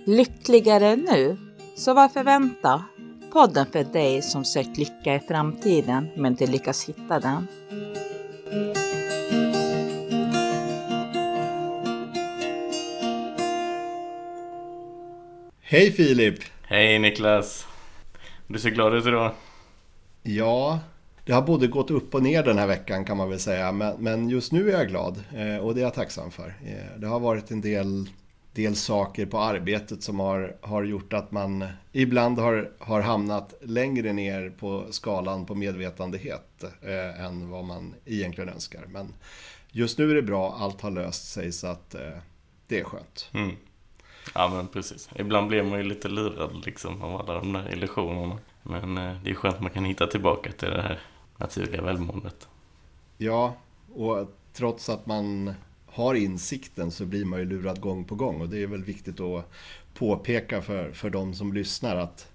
Lyckligare nu? Så varför vänta? Podden för dig som sökt lycka i framtiden men inte lyckas hitta den. Hej Filip! Hej Niklas! Du ser glad ut idag. Ja, det har både gått upp och ner den här veckan kan man väl säga. Men just nu är jag glad och det är jag tacksam för. Det har varit en del saker på arbetet som har gjort att man ibland har hamnat längre ner på skalan på medvetandehet än vad man egentligen önskar. Men just nu är det bra, allt har löst sig så att det är skönt. Mm. Ja men precis, ibland blir man ju lite lurad liksom av alla de där illusionerna. Men det är skönt att man kan hitta tillbaka till det här naturliga välmåendet. Ja, och trots att man har insikten så blir man ju lurad gång på gång. Och det är väl viktigt att påpeka för de som lyssnar att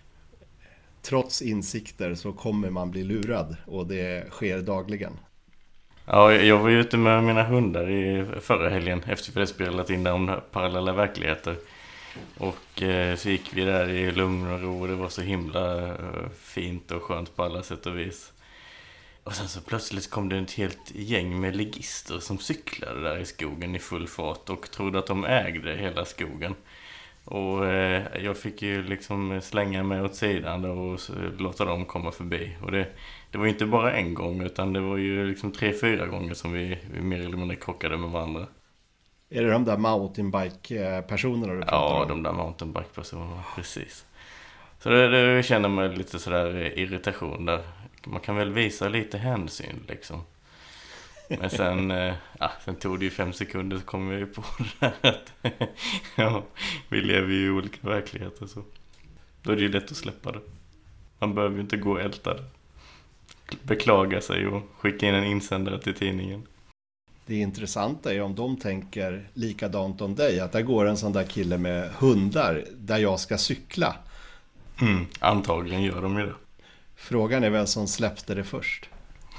trots insikter så kommer man bli lurad och det sker dagligen. Ja, jag var ju ute med mina hundar i förra helgen efter vi hade spelat in om parallella verkligheter. Och så gick vi där i lugn och ro och det var så himla fint och skönt på alla sätt och vis. Och sen så plötsligt kom det ett helt gäng med ligister som cyklade där i skogen i full fart och trodde att de ägde hela skogen. Och jag fick ju liksom slänga mig åt sidan och låta dem komma förbi. Och det var inte bara en gång utan det var ju liksom 3-4 gånger som vi mer eller mindre krockade med varandra. Är det de där mountainbike-personerna du pratar om? Ja, de där mountainbike-personerna, precis. Så det känner man lite sådär irritation där. Man kan väl visa lite hänsyn liksom. Men sen tog det ju 5 sekunder så kom jag ju på det här att ja, vi lever ju i olika verkligheter så. Då är det ju lätt att släppa det. Man behöver ju inte gå och älta det. Beklaga sig och skicka in en insändare till tidningen. Det intressanta är om de tänker likadant om dig. Att där går en sån där kille med hundar där jag ska cykla. Antagligen gör de ju det. Frågan är vem som släppte det först.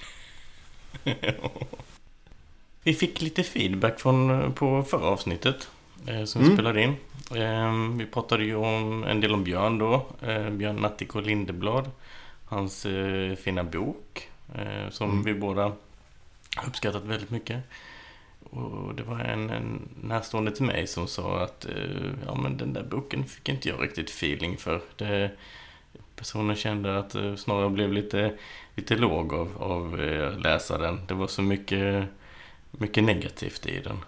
Vi fick lite feedback på förra avsnittet som vi spelade in. Vi pratade ju en del om Björn då. Björn Natthiko Lindeblad. Hans fina bok som vi båda uppskattat väldigt mycket. Och det var en närstående till mig som sa att ja, men den där boken fick inte jag riktigt feeling för. Personen kände att snarare blev lite låg av läsa den. Det var så mycket negativt i den.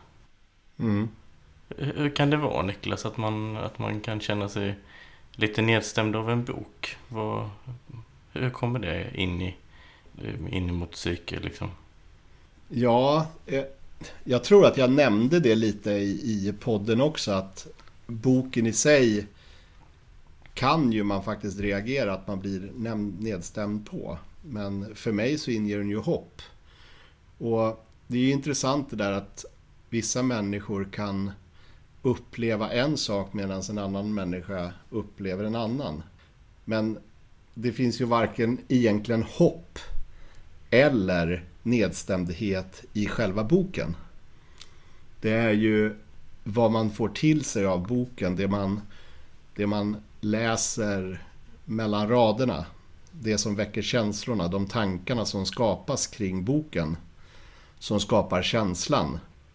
Hur kan det vara, Niklas, att man kan känna sig lite nedstämd av en bok? Hur kommer det in mot psyke liksom? Ja, jag tror att jag nämnde det lite i podden också, att boken i sig kan ju man faktiskt reagera att man blir nedstämd på. Men för mig så inger den ju hopp. Och det är ju intressant det där att vissa människor kan uppleva en sak medan en annan människa upplever en annan. Men det finns ju varken egentligen hopp eller nedstämdhet i själva boken. Det är ju vad man får till sig av boken, det man läser mellan raderna, det som väcker känslorna, de tankarna som skapas kring boken som skapar känslan.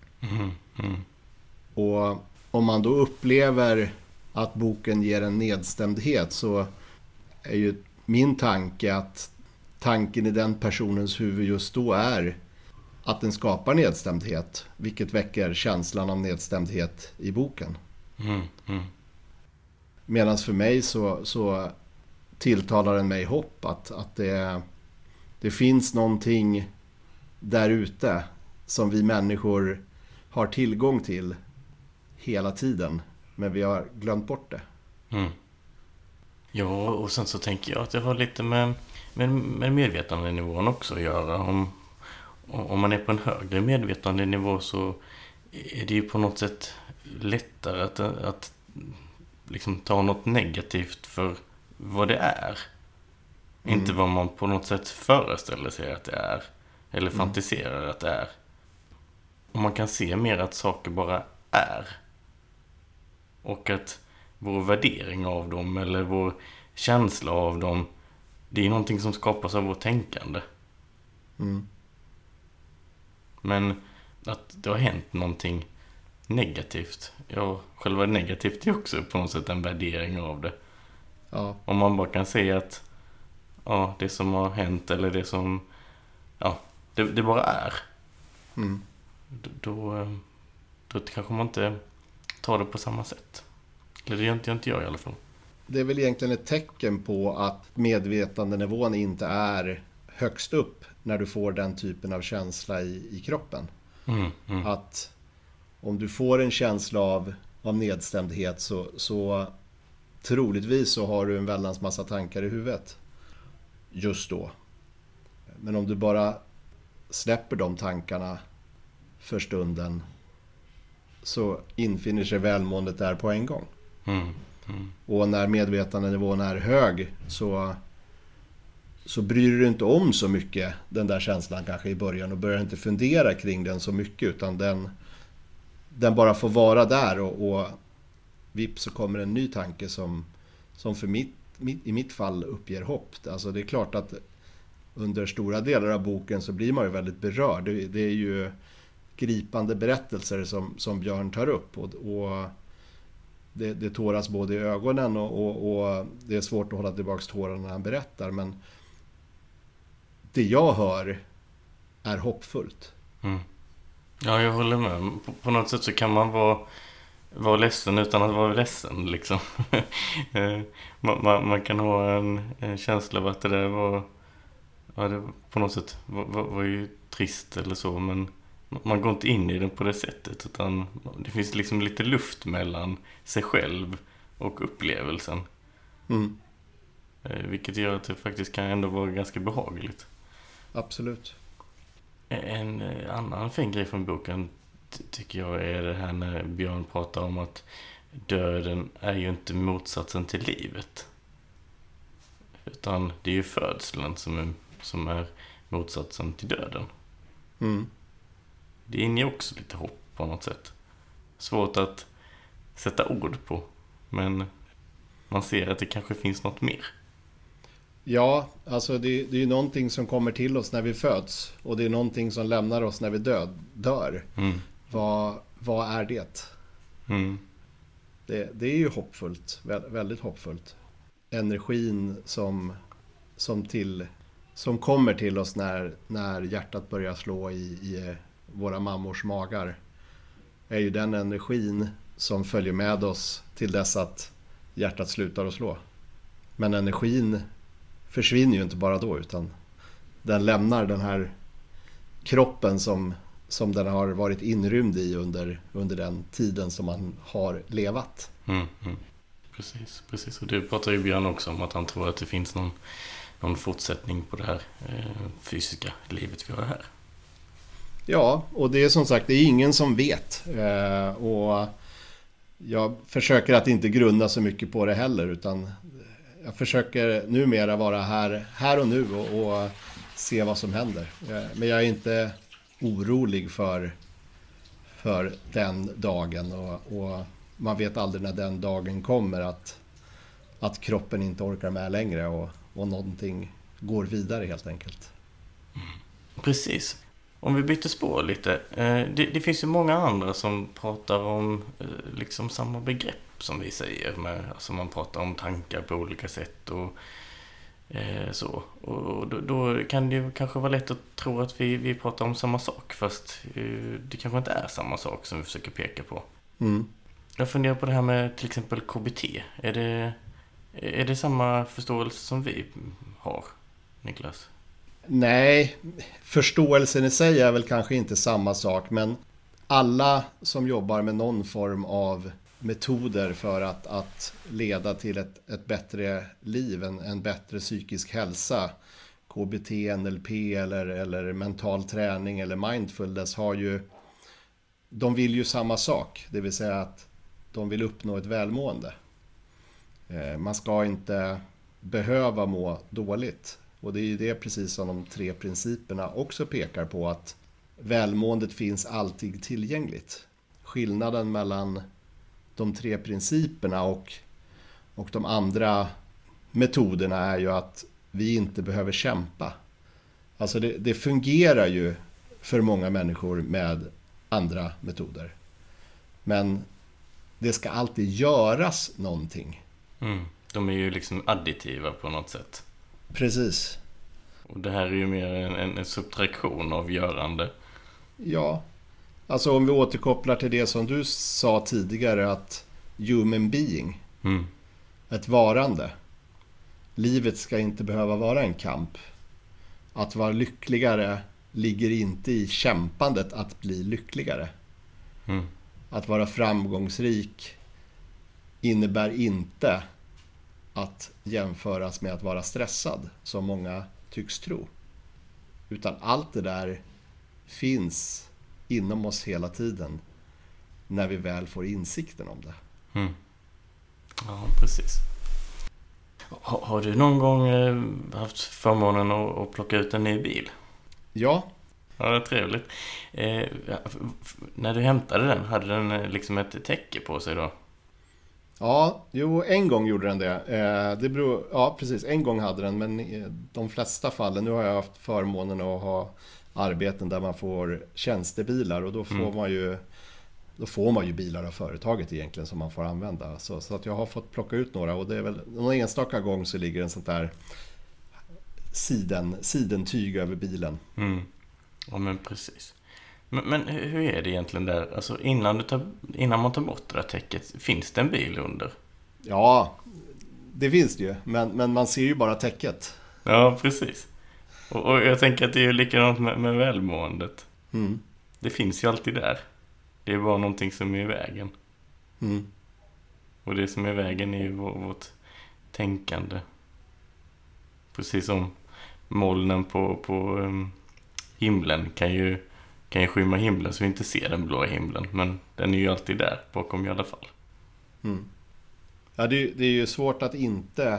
Och om man då upplever att boken ger en nedstämdhet så är ju min tanke att tanken i den personens huvud just då är att den skapar nedstämdhet, vilket väcker känslan av nedstämdhet i boken. Medan för mig så tilltalar den mig hopp att det finns någonting där ute som vi människor har tillgång till hela tiden, men vi har glömt bort det. Ja, och sen så tänker jag att det har lite med medvetandenivån också att göra. Om man är på en högre medvetandenivå så är det ju på något sätt lättare att liksom ta något negativt för vad det är. Inte vad man på något sätt föreställer sig att det är. Eller fantiserar att det är. Och man kan se mer att saker bara är. Och att vår värdering av dem eller vår känsla av dem. Det är någonting som skapas av vårt tänkande. Men att det har hänt någonting negativt. Ja, själva negativt är också på något sätt en värdering av det. Ja. Om man bara kan se att det som har hänt eller det som det bara är. Då kanske man inte tar det på samma sätt. Eller det gör inte jag i alla fall. Det är väl egentligen ett tecken på att medvetandenivån inte är högst upp när du får den typen av känsla i kroppen. Att om du får en känsla av nedstämdhet så troligtvis så har du en väldans massa tankar i huvudet just då. Men om du bara släpper de tankarna för stunden så infinner sig välmåendet där på en gång. Och när medvetandenivån är hög så bryr du inte om så mycket den där känslan kanske i början och börjar inte fundera kring den så mycket, utan den bara får vara där och vips så kommer en ny tanke som i mitt fall uppger hopp. Alltså det är klart att under stora delar av boken så blir man ju väldigt berörd. Det är ju gripande berättelser som Björn tar upp och det tåras både i ögonen och det är svårt att hålla tillbaka tårarna när han berättar, men det jag hör är hoppfullt. Ja, jag håller med. På något sätt så kan man vara ledsen utan att vara ledsen liksom. man kan ha en känsla av att det där var det på något sätt var ju trist eller så, men man går inte in i den på det sättet, utan det finns liksom lite luft mellan sig själv och upplevelsen. Vilket gör att det faktiskt kan ändå vara ganska behagligt. Absolut. En annan fin grej från boken tycker jag är det här när Björn pratar om att döden är ju inte motsatsen till livet, utan det är ju födseln som är motsatsen till döden. Det inger också lite hopp på något sätt. Svårt att sätta ord på, men man ser att det kanske finns något mer. Ja, alltså det är ju någonting som kommer till oss när vi föds, och det är någonting som lämnar oss när vi dör. Vad är det? Det är ju hoppfullt, väldigt hoppfullt. Energin som kommer till oss när hjärtat börjar slå i våra mammors magar är ju den energin som följer med oss till dess att hjärtat slutar att slå. Men energin försvinner ju inte bara då, utan den lämnar den här kroppen som den har varit inrymd i under den tiden som man har levat. Precis. Och det pratar ju Björn också om, att han tror att det finns någon fortsättning på det här fysiska livet vi har här. Ja, och det är som sagt, det är ingen som vet. Och jag försöker att inte grunna så mycket på det heller, utan jag försöker numera vara här och nu och se vad som händer. Men jag är inte orolig för den dagen, och man vet aldrig när den dagen kommer att kroppen inte orkar med längre och någonting går vidare helt enkelt. Precis. Om vi byter spår lite. Det finns ju många andra som pratar om liksom samma begrepp som vi säger. Alltså man pratar om tankar på olika sätt och så. Och då kan det ju kanske vara lätt att tro att vi pratar om samma sak. Fast det kanske inte är samma sak som vi försöker peka på. Jag funderar på det här med till exempel KBT. Är det samma förståelse som vi har, Niklas? Nej, förståelsen i sig är väl kanske inte samma sak, men alla som jobbar med någon form av metoder för att leda till ett bättre liv, en bättre psykisk hälsa, KBT, NLP eller mental träning eller mindfulness, de vill ju samma sak, det vill säga att de vill uppnå ett välmående. Man ska inte behöva må dåligt. Och det är ju det, precis som de 3 principerna också pekar på, att välmåendet finns alltid tillgängligt. Skillnaden mellan de 3 principerna och Och de andra metoderna är ju att vi inte behöver kämpa. Alltså det fungerar ju för många människor med andra metoder. Men det ska alltid göras någonting. De är ju liksom additiva på något sätt. Precis. Och det här är ju mer en subtraktion av görande. Ja, alltså om vi återkopplar till det som du sa tidigare, att human being, ett varande. Livet ska inte behöva vara en kamp. Att vara lyckligare ligger inte i kämpandet att bli lyckligare. Att vara framgångsrik innebär inte att jämföras med att vara stressad, som många tycks tro. Utan allt det där finns inom oss hela tiden när vi väl får insikten om det. Ja, precis. Har du någon gång haft förmånen att plocka ut en ny bil? Ja. Ja, det är trevligt. När du hämtade den, hade den liksom ett täcke på sig då? Ja, jo, en gång gjorde den det. Ja, precis. En gång hade den, men i de flesta fallen, nu har jag haft förmånen att ha arbeten där man får tjänstebilar, och då får man ju bilar av företaget egentligen som man får använda. Så att jag har fått plocka ut några, och det är väl någon enstaka gång så ligger en sånt där sidentyg över bilen. Ja, men precis. Men hur är det egentligen där? Alltså innan man tar bort det där täcket, finns det en bil under? Ja, det finns det ju. Men man ser ju bara täcket. Ja, precis. Och jag tänker att det är ju likadant med välmåendet. Det finns ju alltid där. Det är bara någonting som är i vägen. Och det som är i vägen är ju vårt tänkande. Precis som molnen på himlen kan ju skymma himlen så vi inte ser den blåa himlen. Men den är ju alltid där bakom i alla fall. Ja, det är ju svårt att inte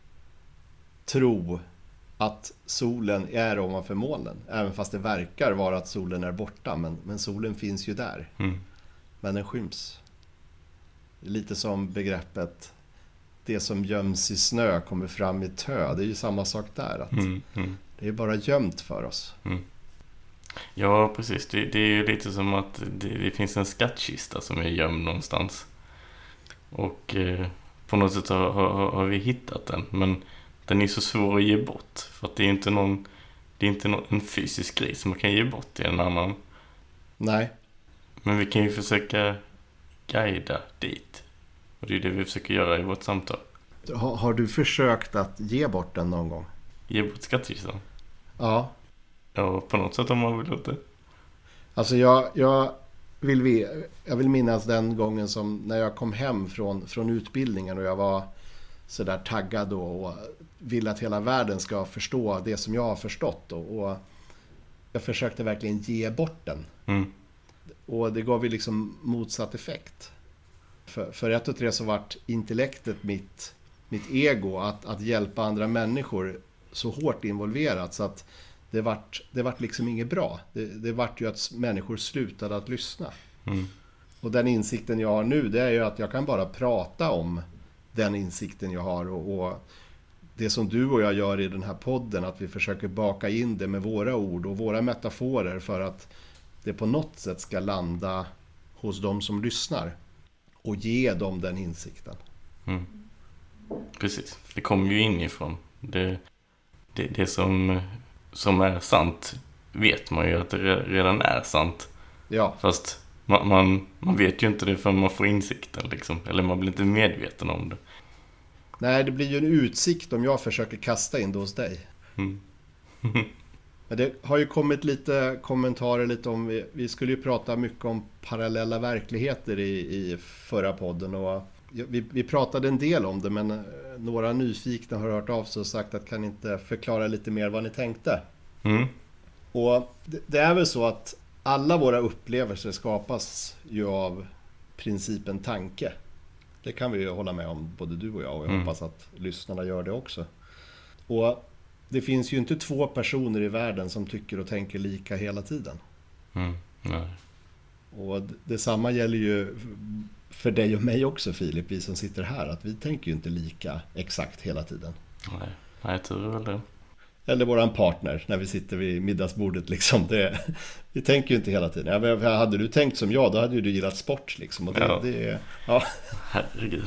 tro att solen är ovanför molnen. Även fast det verkar vara att solen är borta. Men solen finns ju där. Men den skyms. Lite som begreppet det som göms i snö kommer fram i tö. Det är ju samma sak där. Att det är bara gömt för oss. Ja, precis. Det är ju lite som att det finns en skattkista som är gömd någonstans. Och på något sätt har vi hittat den. Men den är så svår att ge bort. För att det är inte en fysisk grej som man kan ge bort till en annan. Nej. Men vi kan ju försöka guida dit. Och det är det vi försöker göra i vårt samtal. Har du försökt att ge bort den någon gång? Ge bort skattkistan? Ja. Ja, på något sätt om man vill låta det. Alltså jag vill minnas den gången som när jag kom hem från utbildningen och jag var så där taggad och vill att hela världen ska förstå det som jag har förstått. Och jag försökte verkligen ge bort den. Och det gav ju liksom motsatt effekt. För ett och tre så vart intellektet mitt ego att hjälpa andra människor så hårt involverat så att det vart liksom inget bra. Det vart ju att människor slutade att lyssna. Och den insikten jag har nu, det är ju att jag kan bara prata om den insikten jag har och det som du och jag gör i den här podden, att vi försöker baka in det med våra ord och våra metaforer för att det på något sätt ska landa hos de som lyssnar och ge dem den insikten. Precis, det kommer ju inifrån. Det som är sant vet man ju att det redan är sant. Ja. Fast man vet ju inte det förrän man får insikten liksom. Eller man blir inte medveten om det. Nej, det blir ju en utsikt om jag försöker kasta in det hos dig. Men det har ju kommit lite kommentarer lite om, vi skulle ju prata mycket om parallella verkligheter i förra podden och vi pratade en del om det, men några nyfikna har hört av sig och sagt att kan inte förklara lite mer vad ni tänkte. Och det är väl så att alla våra upplevelser skapas ju av principen tanke. Det kan vi ju hålla med om, både du och jag, och jag hoppas att lyssnarna gör det också. Och det finns ju inte två personer i världen som tycker och tänker lika hela tiden. Nej. Och detsamma gäller ju för dig och mig också, Filip, vi som sitter här, att vi tänker ju inte lika exakt hela tiden. Nej, jag tror väl det. Eller våran partner när vi sitter vid middagsbordet liksom. Vi tänker ju inte hela tiden. Ja, hade du tänkt som jag, då hade ju du gillat sport liksom. Och ja. Herregud.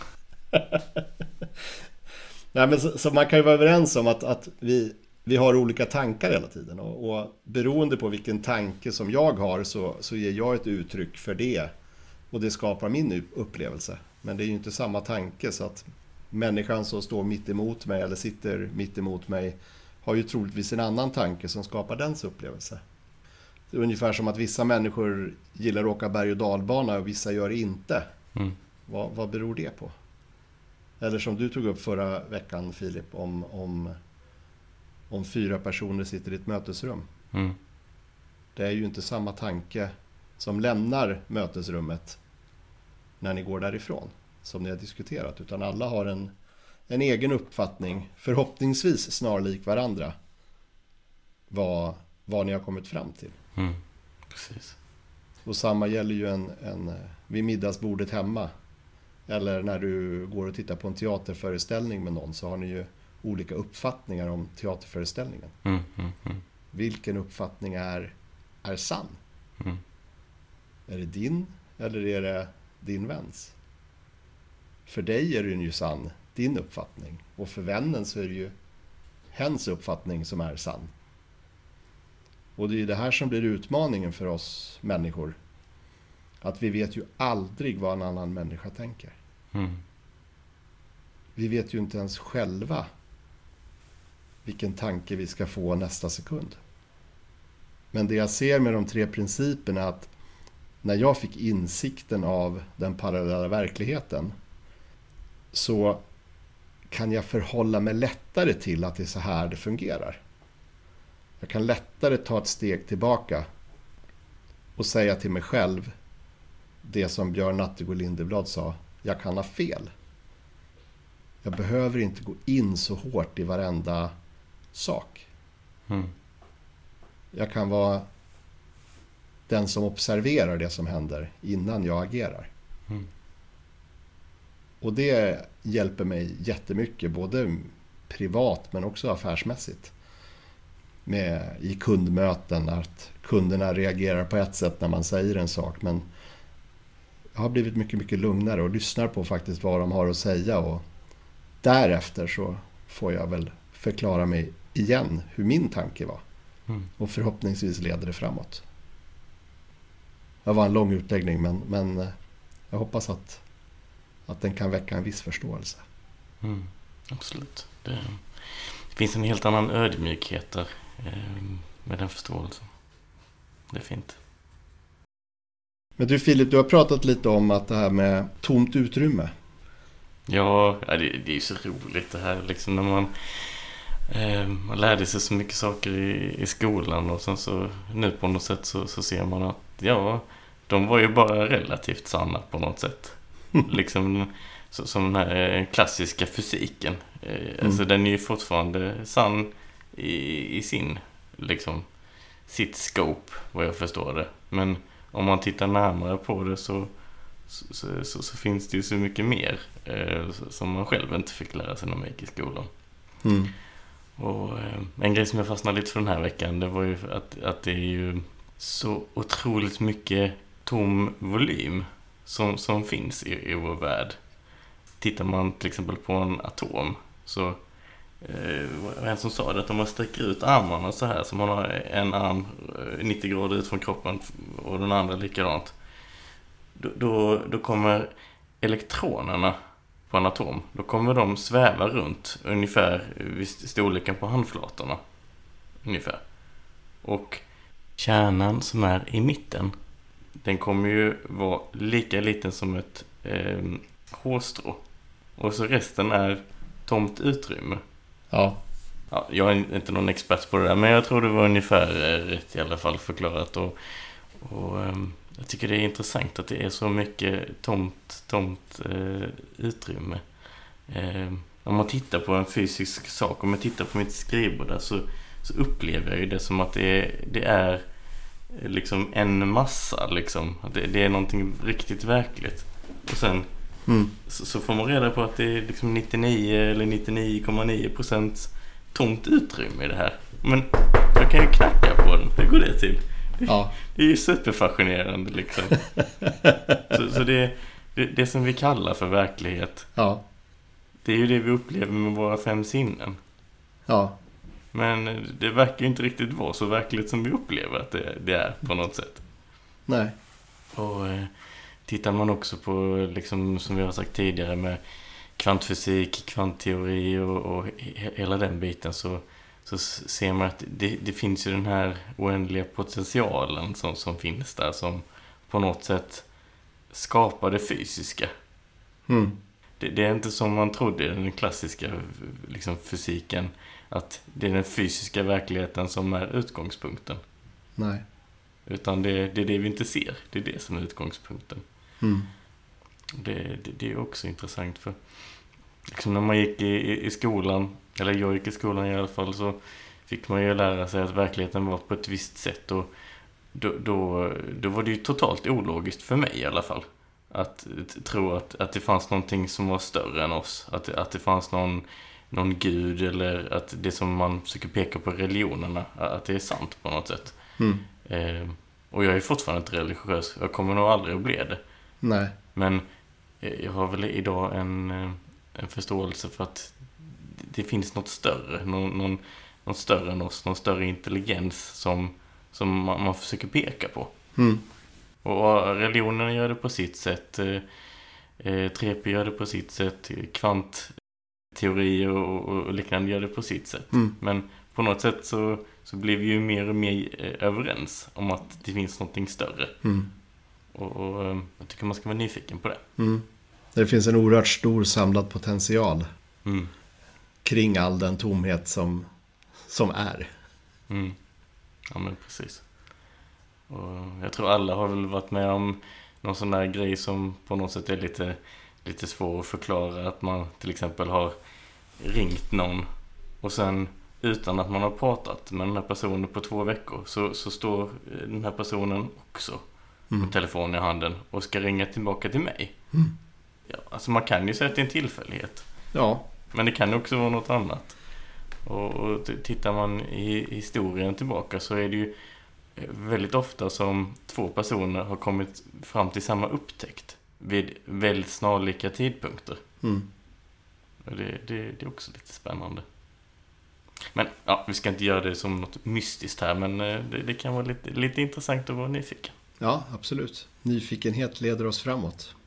Nej, men så man kan ju vara överens om att vi har olika tankar hela tiden. Och beroende på vilken tanke som jag har så ger jag ett uttryck för det. Och det skapar min upplevelse. Men det är ju inte samma tanke, så att människan som står mitt emot mig eller sitter mitt emot mig har ju troligtvis en annan tanke som skapar dens upplevelse. Det är ungefär som att vissa människor gillar att åka berg- och dalbana och vissa gör det inte. Mm. Vad beror det på? Eller som du tog upp förra veckan, Filip, om 4 personer sitter i ett mötesrum. Mm. Det är ju inte samma tanke som lämnar mötesrummet när ni går därifrån som ni har diskuterat, utan alla har en egen uppfattning, förhoppningsvis snarlik varandra, vad ni har kommit fram till. Mm. Precis. Och samma gäller ju vid middagsbordet hemma, eller när du går och tittar på en teaterföreställning med någon, så har ni ju olika uppfattningar om teaterföreställningen. Vilken uppfattning är sann? Mm. Är det din eller är det din väns? För dig är det ju sann, din uppfattning. Och för vännen så är det ju hens uppfattning som är sann. Och det är ju det här som blir utmaningen för oss människor. Att vi vet ju aldrig vad en annan människa tänker. Mm. Vi vet ju inte ens själva vilken tanke vi ska få nästa sekund. Men det jag ser med de 3 principerna är att när jag fick insikten av den parallella verkligheten, så kan jag förhålla mig lättare till att det är så här det fungerar. Jag kan lättare ta ett steg tillbaka och säga till mig själv det som Björn Natthegård Lindeblad sa: jag kan ha fel. Jag behöver inte gå in så hårt i varenda sak. Mm. Jag kan vara den som observerar det som händer innan jag agerar. Mm. Och det hjälper mig jättemycket, både privat men också affärsmässigt. I kundmöten, att kunderna reagerar på ett sätt när man säger en sak, men jag har blivit mycket, mycket lugnare och lyssnar på faktiskt vad de har att säga, och därefter så får jag väl förklara mig igen hur min tanke var. Mm. Och förhoppningsvis leder det framåt. Det var en lång utläggning, men jag hoppas att den kan väcka en viss förståelse. Mm. Absolut. Det finns en helt annan ödmjukhet där med den förståelsen. Det är fint. Men du, Filip, du har pratat lite om att det här med tomt utrymme. Ja, det är ju så roligt det här liksom, när man lärde sig så mycket saker i skolan, och sen så nu på något sätt så ser man att de var ju bara relativt sanna på något sätt. Liksom som den här klassiska fysiken. Alltså den är ju fortfarande sann i sin liksom sitt scope, vad jag förstår det. Men om man tittar närmare på det så finns det ju så mycket mer som man själv inte fick lära sig när man gick i skolan. Mm. Och en grej som jag fastnade lite för den här veckan, det var ju att det är ju så otroligt mycket tom volym som finns i vår värld. Tittar man till exempel på en atom, så en som sa det, att om man sträcker ut armarna så här, så man har en arm 90 grader ut från kroppen och den andra likadant, då kommer elektronerna på en atom, då kommer de sväva runt ungefär vid storleken på handflatorna ungefär. Och kärnan som är i mitten, den kommer ju vara lika liten som ett hårstrå. Och så resten är tomt utrymme. Ja. Jag är inte någon expert på det där, men jag tror det var ungefär rätt i alla fall förklarat. Och jag tycker det är intressant att det är så mycket tomt utrymme. Om man tittar på en fysisk sak, om jag tittar på mitt skrivbord där, så upplever jag ju det som att det är liksom en massa liksom. Det är någonting riktigt verkligt. Och sen så får man reda på att det är liksom 99 eller 99,9% tomt utrymme i det här. Men jag kan ju knacka på den. Hur går det till? Det är ju superfascinerande liksom. Så det som vi kallar för verklighet. Ja. Det är ju det vi upplever med våra 5 sinnen. Ja. Men det verkar ju inte riktigt vara så verkligt som vi upplever att det är på något sätt. Nej. Och tittar man också på, liksom, som vi har sagt tidigare, med kvantfysik, kvantteori och hela den biten, så ser man att det finns ju den här oändliga potentialen som finns där, som på något sätt skapar det fysiska. Det är inte som man trodde i den klassiska liksom, fysiken, att det är den fysiska verkligheten som är utgångspunkten. Nej. Utan det är det vi inte ser. Det är det som är utgångspunkten. Det är också intressant, för liksom när man gick i skolan, eller jag gick i skolan i alla fall, så fick man ju lära sig att verkligheten var på ett visst sätt, och då var det ju totalt ologiskt för mig i alla fall att tro att det fanns någonting som var större än oss, att det fanns någon gud, eller att det som man försöker peka på religionerna, att det är sant på något sätt. Och jag är fortfarande inte religiös. Jag kommer nog aldrig att bli det. Nej. Men jag har väl idag en förståelse för att det finns något större, någon större än oss, någon större intelligens som man försöker peka på. Och religionen gör det på sitt sätt, 3P gör det på sitt sätt, kvantteori och liknande gör det på sitt sätt. Men på något sätt så blir vi ju mer och mer överens om att det finns någonting större. Och jag tycker man ska vara nyfiken på det. Det finns en oerhört stor samlad potential kring all den tomhet som är. Ja, men precis. Och jag tror alla har väl varit med om någon sån där grej som på något sätt är lite svår att förklara. Att man till exempel har ringt någon, och sen utan att man har pratat med den här personen på 2 veckor så står den här personen också med telefonen i handen och ska ringa tillbaka till mig. Ja, alltså man kan ju säga att det är en tillfällighet. Ja. Men det kan ju också vara något annat. Och tittar man i historien tillbaka, så är det ju väldigt ofta som 2 personer har kommit fram till samma upptäckt vid väldigt snarlika tidpunkter. Och det är också lite spännande. Men ja, vi ska inte göra det som något mystiskt här, men det kan vara lite intressant att vara nyfiken. Ja, absolut. Nyfikenhet leder oss framåt.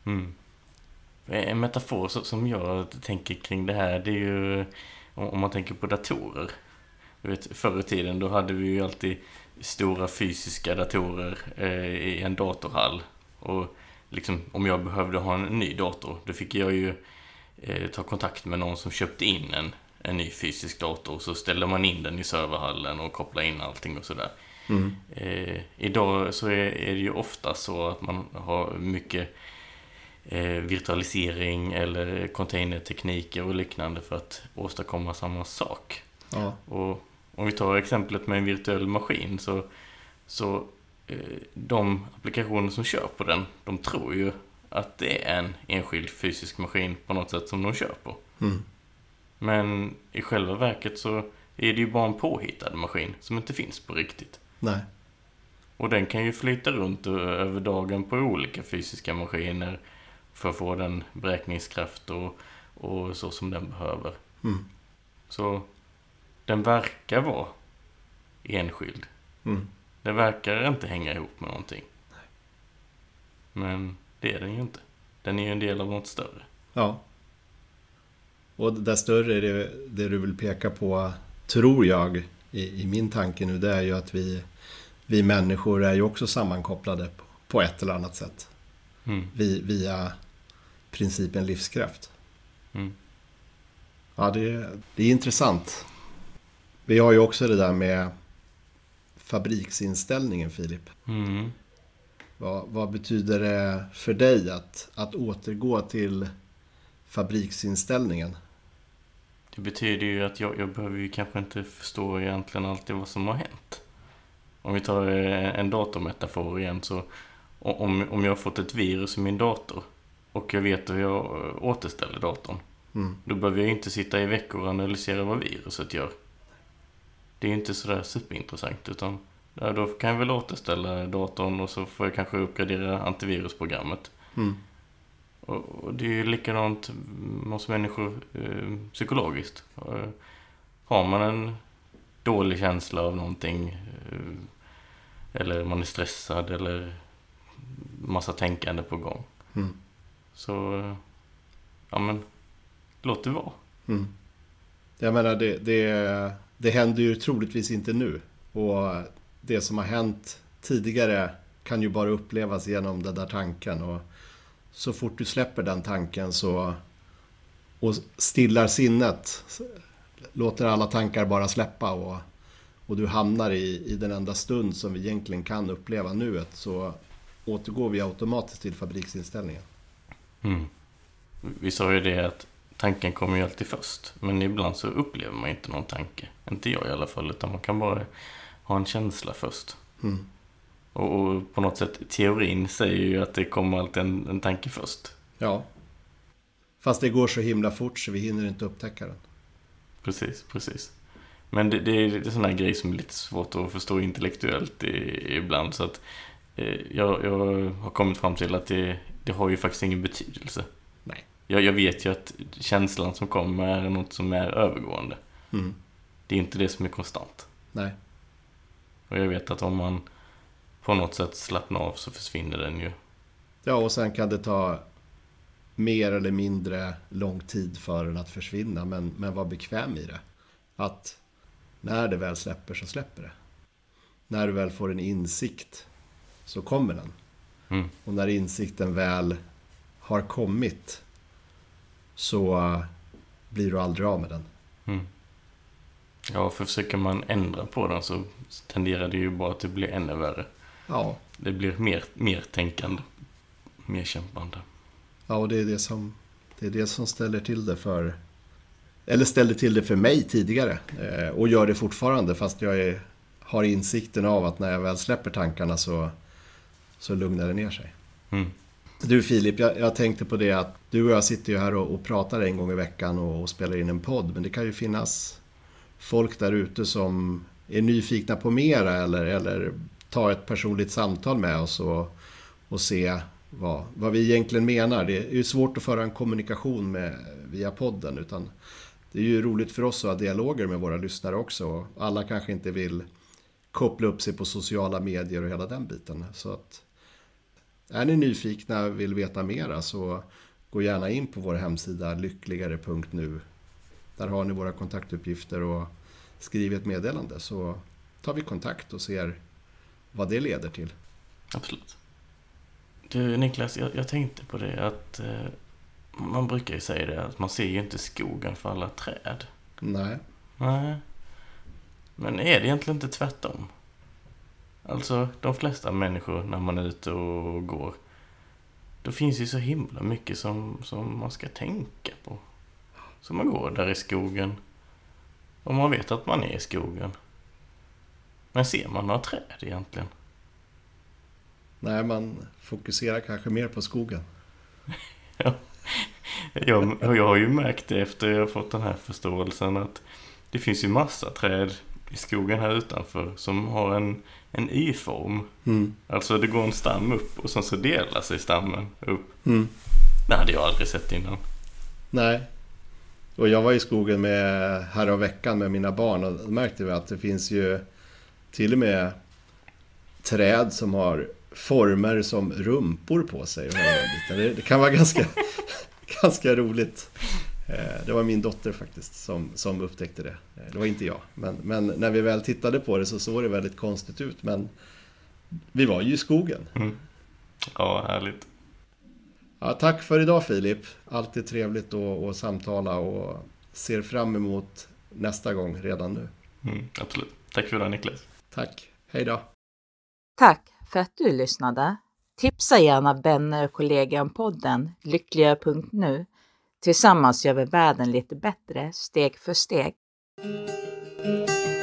En metafor som jag tänker kring det här, det är ju om man tänker på datorer. Du vet, förr i tiden då hade vi ju alltid stora fysiska datorer i en datorhall. Och liksom, om jag behövde ha en ny dator, då fick jag ju ta kontakt med någon som köpte in en ny fysisk dator. Så ställde man in den i serverhallen och kopplade in allting och sådär. Idag så är det ju ofta så att man har mycket virtualisering eller containertekniker och liknande för att åstadkomma samma sak. Ja. Och om vi tar exemplet med en virtuell maskin, så de applikationer som kör på den, de tror ju att det är en enskild fysisk maskin på något sätt som de kör på. Men i själva verket så är det ju bara en påhittad maskin som inte finns på riktigt. Nej. Och den kan ju flyta runt över dagen på olika fysiska maskiner för att få den beräkningskraft och så som den behöver. Så den verkar vara enskild. Den verkar inte hänga ihop med någonting. Nej. Men det är den ju inte. Den är ju en del av något större. Ja. Och det där större är det du vill peka på, tror jag, i min tanke nu, det är ju att vi människor är ju också sammankopplade på ett eller annat sätt. Via principen livskraft. Ja, det är intressant. Vi har ju också det där med fabriksinställningen, Filip. Vad betyder det för dig att återgå till fabriksinställningen? Det betyder ju att jag behöver ju kanske inte förstå egentligen alltid vad som har hänt. Om vi tar en datormetafor igen, så om jag har fått ett virus i min dator, och jag vet hur jag återställer datorn. Då behöver jag inte sitta i veckor och analysera vad viruset gör. Det är inte sådär superintressant, utan då kan jag väl återställa datorn och så får jag kanske uppgradera antivirusprogrammet. Och det är ju likadant hos människor psykologiskt. Har man en dålig känsla av någonting, eller man är stressad eller massa tänkande på gång, så ja, men låt det vara. Jag menar, det händer ju troligtvis inte nu. Och det som har hänt tidigare kan ju bara upplevas genom den där tanken. Och så fort du släpper den tanken och stillar sinnet, låter alla tankar bara släppa och du hamnar i den enda stund som vi egentligen kan uppleva nuet, så återgår vi automatiskt till fabriksinställningen. Vi sa ju det att tanken kommer ju alltid först, men ibland så upplever man inte någon tanke. Inte jag i alla fall, utan man kan bara ha en känsla först. Och på något sätt, teorin säger ju att det kommer alltid en tanke först. Ja, fast det går så himla fort så vi hinner inte upptäcka den. Precis. Men det är sån här grej som är lite svårt att förstå intellektuellt ibland, så att jag har kommit fram till att det har ju faktiskt ingen betydelse. Nej. Jag vet ju att känslan som kommer är något som är övergående. Det är inte det som är konstant. Nej. Och jag vet att om man på något sätt slappnar av så försvinner den ju. Ja, och sen kan det ta mer eller mindre lång tid för den att försvinna, men var bekväm i det. Att när det väl släpper så släpper det. När du väl får en insikt så kommer den. Och när insikten väl har kommit så blir du aldrig av med den. Ja, för försöker man ändra på den så tenderar det ju bara att det blir ännu värre. Ja. Det blir mer tänkande, mer kämpande. Ja, och det är det som ställer till det ställde till det för mig tidigare, och gör det fortfarande, fast jag har insikten av att när jag väl släpper tankarna så lugnar det ner sig. Du Filip, jag tänkte på det att du och jag sitter ju här och pratar en gång i veckan och spelar in en podd, men det kan ju finnas folk där ute som är nyfikna på mera eller ta ett personligt samtal med oss och se vad vi egentligen menar. Det är ju svårt att föra en kommunikation via podden, utan det är ju roligt för oss att ha dialoger med våra lyssnare också. Alla kanske inte vill koppla upp sig på sociala medier och hela den biten. Så att är ni nyfikna och vill veta mera, så gå gärna in på vår hemsida lyckligare.nu. Där har ni våra kontaktuppgifter och skriv ett meddelande, så tar vi kontakt och ser vad det leder till. Absolut. Du Niklas, jag tänkte på det att man brukar ju säga det att man ser ju inte skogen för alla träd. Nej. Men är det egentligen inte tvärtom? Alltså de flesta människor när man är ute och går, då finns ju så himla mycket som man ska tänka på. Så man går där i skogen och man vet att man är i skogen. Men ser man några träd egentligen? Nej, man fokuserar kanske mer på skogen. Ja. Jag har ju märkt det efter jag har fått den här förståelsen att det finns ju massa träd i skogen här utanför som har en Y-form. Alltså det går en stam upp och så delar sig stammen upp. Det hade jag aldrig sett innan. Nej. Och jag var i skogen här av veckan med mina barn och då märkte vi att det finns ju till och med träd som har former som rumpor på sig. Det kan vara ganska roligt. Det var min dotter faktiskt som upptäckte det. Det var inte jag. Men när vi väl tittade på det så såg det väldigt konstigt ut. Men vi var ju i skogen. Ja, härligt. Ja, tack för idag Filip. Alltid trevligt att samtala och ser fram emot nästa gång redan nu. Absolut. Tack för det Niklas. Tack. Hej då. Tack för att du lyssnade. Tipsa gärna vänner och kollegor om podden lyckligare.nu. Tillsammans gör vi världen lite bättre steg för steg.